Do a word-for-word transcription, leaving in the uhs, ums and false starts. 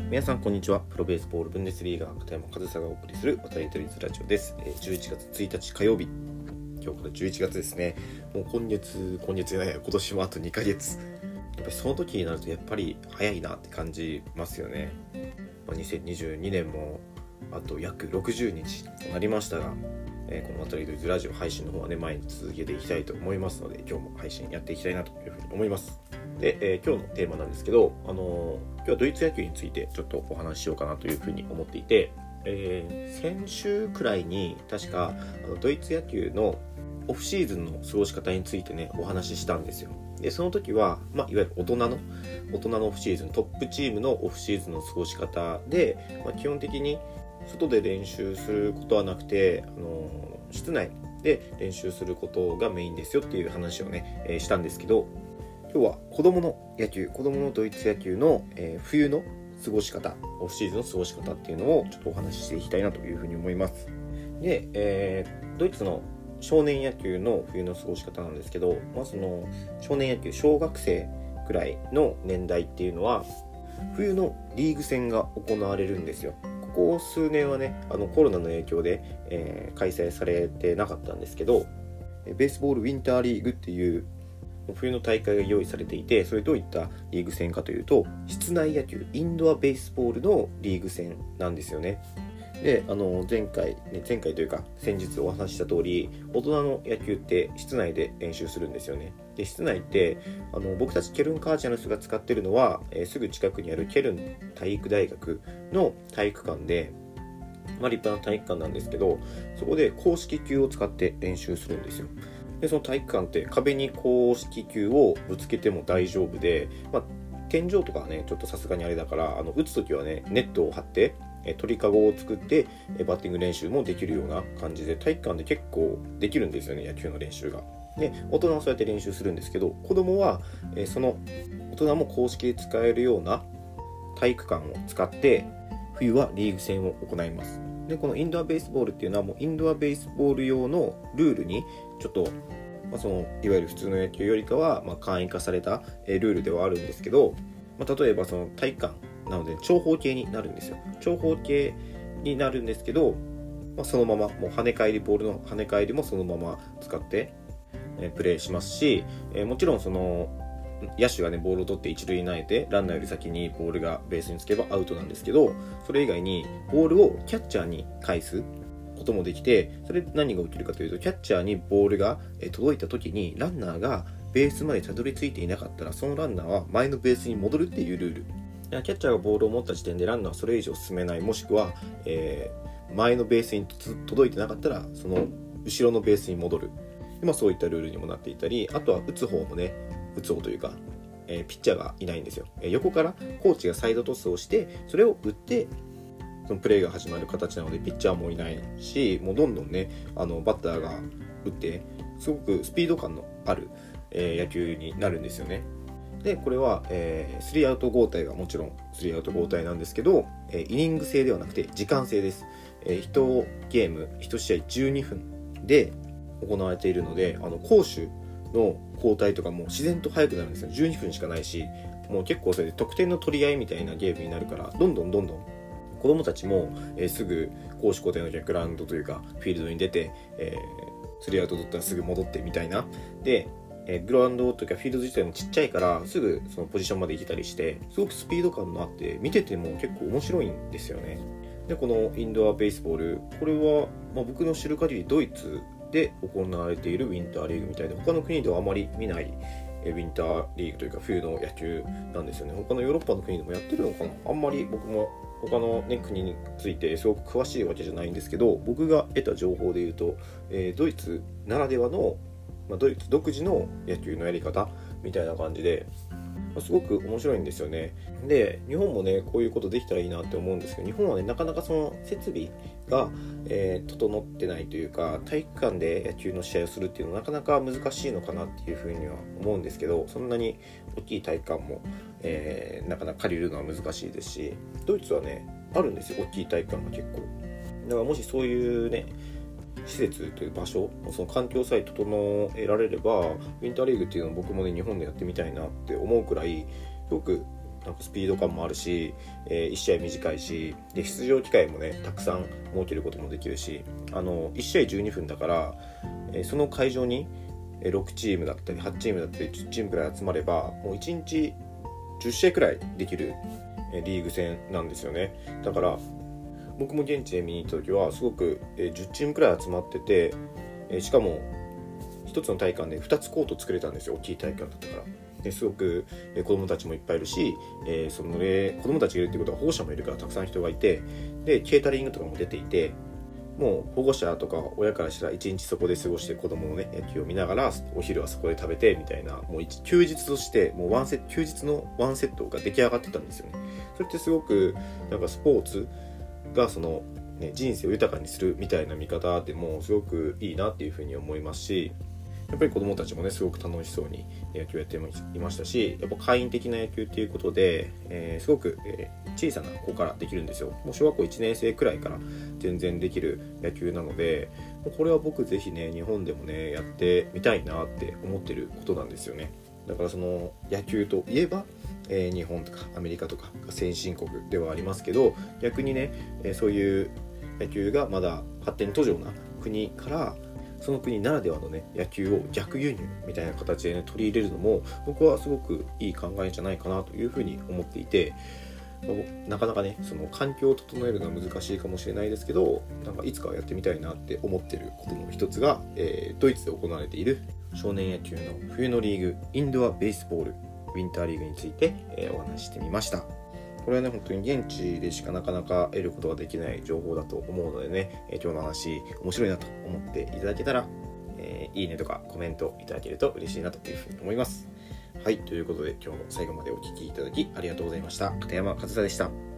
皆さんこんにちは。プロベースボールブンデスリーガー片山和沙がお送りする渡り鳥ズラジオです。じゅういちがつついたち火曜日、今日からじゅういちがつですね。もう今月今月じゃない今年もあとにかげつ。やっぱりその時になるとやっぱり早いなって感じますよね。まあ、にせんにじゅうにねんもあと約ろくじゅうにちとなりましたが、えー、この渡り鳥ズラジオ配信の方はね前に続けていきたいと思いますので、今日も配信やっていきたいなというふうに思います。で、えー、今日のテーマなんですけど、あのー、今日はドイツ野球についてちょっとお話ししようかなというふうに思っていて、えー、先週くらいに確かあのドイツ野球のオフシーズンの過ごし方についてねお話ししたんですよ。でその時は、まあ、いわゆる大人の大人のオフシーズン、トップチームのオフシーズンの過ごし方で、まあ、基本的に外で練習することはなくて、あのー、室内で練習することがメインですよっていう話をね、えー、したんですけど、今日は子供の野球、子供のドイツ野球の、えー、冬の過ごし方、オフシーズンの過ごし方っていうのをちょっとお話ししていきたいなというふうに思います。で、えー、ドイツの少年野球の冬の過ごし方なんですけど、まあ、その少年野球、小学生くらいの年代っていうのは冬のリーグ戦が行われるんですよ。ここ数年はね、あのコロナの影響で、えー、開催されてなかったんですけど、ベースボールウィンターリーグっていう冬の大会が用意されていて、それどういったリーグ戦かというと、室内野球、インドアベースボールのリーグ戦なんですよね。で、あの前回、ね、前回というか先日お話しした通り、大人の野球って室内で練習するんですよね。で、室内ってあの僕たちケルンカージナルスが使っているのは、えー、すぐ近くにあるケルン体育大学の体育館で、まあ、立派な体育館なんですけど、そこで公式球を使って練習するんですよ。でその体育館って壁に公式球をぶつけても大丈夫で、まあ、天井とかはねちょっとさすがにあれだから、あの打つときはねネットを張って鳥かごを作ってバッティング練習もできるような感じで、体育館で結構できるんですよね、野球の練習が。で大人はそうやって練習するんですけど、子供はその大人も公式で使えるような体育館を使って冬はリーグ戦を行います。でこのインドアベースボールっていうのはもうインドアベースボール用のルールにちょっと、まあ、そのいわゆる普通の野球よりかはまあ簡易化されたルールではあるんですけど、まあ、例えばその体育館なので長方形になるんですよ。長方形になるんですけど、まあ、そのままもう跳ね返りボールの跳ね返りもそのまま使ってプレーしますし、もちろんその野手がねボールを取って一塁に投げてランナーより先にボールがベースにつけばアウトなんですけど、それ以外にボールをキャッチャーに返すこともできて、それ何が起きるかというと、キャッチャーにボールが届いた時にランナーがベースまでたどり着いていなかったら、そのランナーは前のベースに戻るっていうルール。キャッチャーがボールを持った時点でランナーはそれ以上進めない、もしくは、えー、前のベースに届いてなかったらその後ろのベースに戻る、まあ、そういったルールにもなっていたり、あとは打つ方もね、打つ方というか、えー、ピッチャーがいないんですよ。えー、横からコーチがサイドトスをしてそれを打ってそのプレーが始まる形なので、ピッチャーもいないし、もうどんどんねあのバッターが打ってすごくスピード感のある、えー、野球になるんですよね。でこれは、えー、スリーアウト交代がもちろんスリーアウト交代なんですけど、えー、イニング制ではなくて時間制です。えー、いちゲームいち試合じゅうにふんで行われているので、あの攻守の交代とかも自然と速くなるんですよ。じゅうにふんしかないし、もう結構それで得点の取り合いみたいなゲームになるから、どんどんどんどん子供たちも、えー、すぐ攻守交代の逆ラウンドというかフィールドに出て、えー、スリーアウト取ったらすぐ戻ってみたいな。で、えー、グラウンドというかフィールド自体もちっちゃいからすぐそのポジションまで行けたりして、すごくスピード感のあって見てても結構面白いんですよね。でこのインドアベースボール、これは、まあ、僕の知る限りドイツで行われているウィンターリーグみたいで、他の国ではあまり見ないウィンターリーグというか冬の野球なんですよね。他のヨーロッパの国でもやってるのかな。あんまり僕も他の、ね、国についてすごく詳しいわけじゃないんですけど、僕が得た情報でいうと、えー、ドイツならではの、まあ、ドイツ独自の野球のやり方みたいな感じで、まあ、すごく面白いんですよね。で日本もねこういうことできたらいいなって思うんですけど、日本はねなかなかその設備が、えー、整ってないというか、体育館で野球の試合をするっていうのはなかなか難しいのかなっていうふうには思うんですけど、そんなに大きい体育館も、えー、なかなか借りるのは難しいですし、ドイツはねあるんですよ、大きい体育館が結構。だからもしそういうね施設という場所、その環境さえ整えられれば、ウィンターリーグっていうのを僕もね日本でやってみたいなって思うくらい、すごくなんかスピード感もあるし、えー、いち試合短いし、で出場機会もねたくさん設けることもできるし、あのいち試合じゅうにふんだから、えー、その会場にろくチームだったりはちチームだったりじゅうチームくらい集まれば、もういちにちじゅっ試合くらいできるリーグ戦なんですよね。だから僕も現地で見に行った時はすごくじゅっチームくらい集まってて、しかもひとつの体育館でふたつコート作れたんですよ。大きい体育館だったから。ですごく子どもたちもいっぱいいるし、えー、そのね、子どもたちがいるってことは保護者もいるからたくさん人がいて、でケータリングとかも出ていて、もう保護者とか親からしたら一日そこで過ごして子供のね野球を見ながらお昼はそこで食べてみたいな、もう休日としてもうワンセット休日のワンセットが出来上がってたんですよね。それってすごくなんかスポーツがその、ね、人生を豊かにするみたいな見方でもすごくいいなっていうふうに思いますし、やっぱり子どもたちもねすごく楽しそうに野球をやっていましたし、やっぱ会員的な野球っていうことで、えー、すごく、えー、小さな子からできるんですよ。もう小学校いちねん生くらいから全然できる野球なので、これは僕ぜひね日本でもねやってみたいなって思ってることなんですよね。だからその野球といえば、えー、日本とかアメリカとかが先進国ではありますけど、逆にね、えー、そういう野球がまだ発展途上な国からその国ならではのね野球を逆輸入みたいな形で、ね、取り入れるのも僕はすごくいい考えじゃないかなというふうに思っていて、なかなかねその環境を整えるのは難しいかもしれないですけど、なんかいつかはやってみたいなって思ってることの一つが、えー、ドイツで行われている少年野球の冬のリーグインドアベースボールウィンターリーグについて、えー、お話ししてみました。これはね本当に現地でしかなかなか得ることができない情報だと思うのでね、えー、今日の話面白いなと思っていただけたら、えー、いいねとかコメントいただけると嬉しいなというふうに思います。はい、ということで今日も最後までお聞きいただきありがとうございました。片山和沙でした。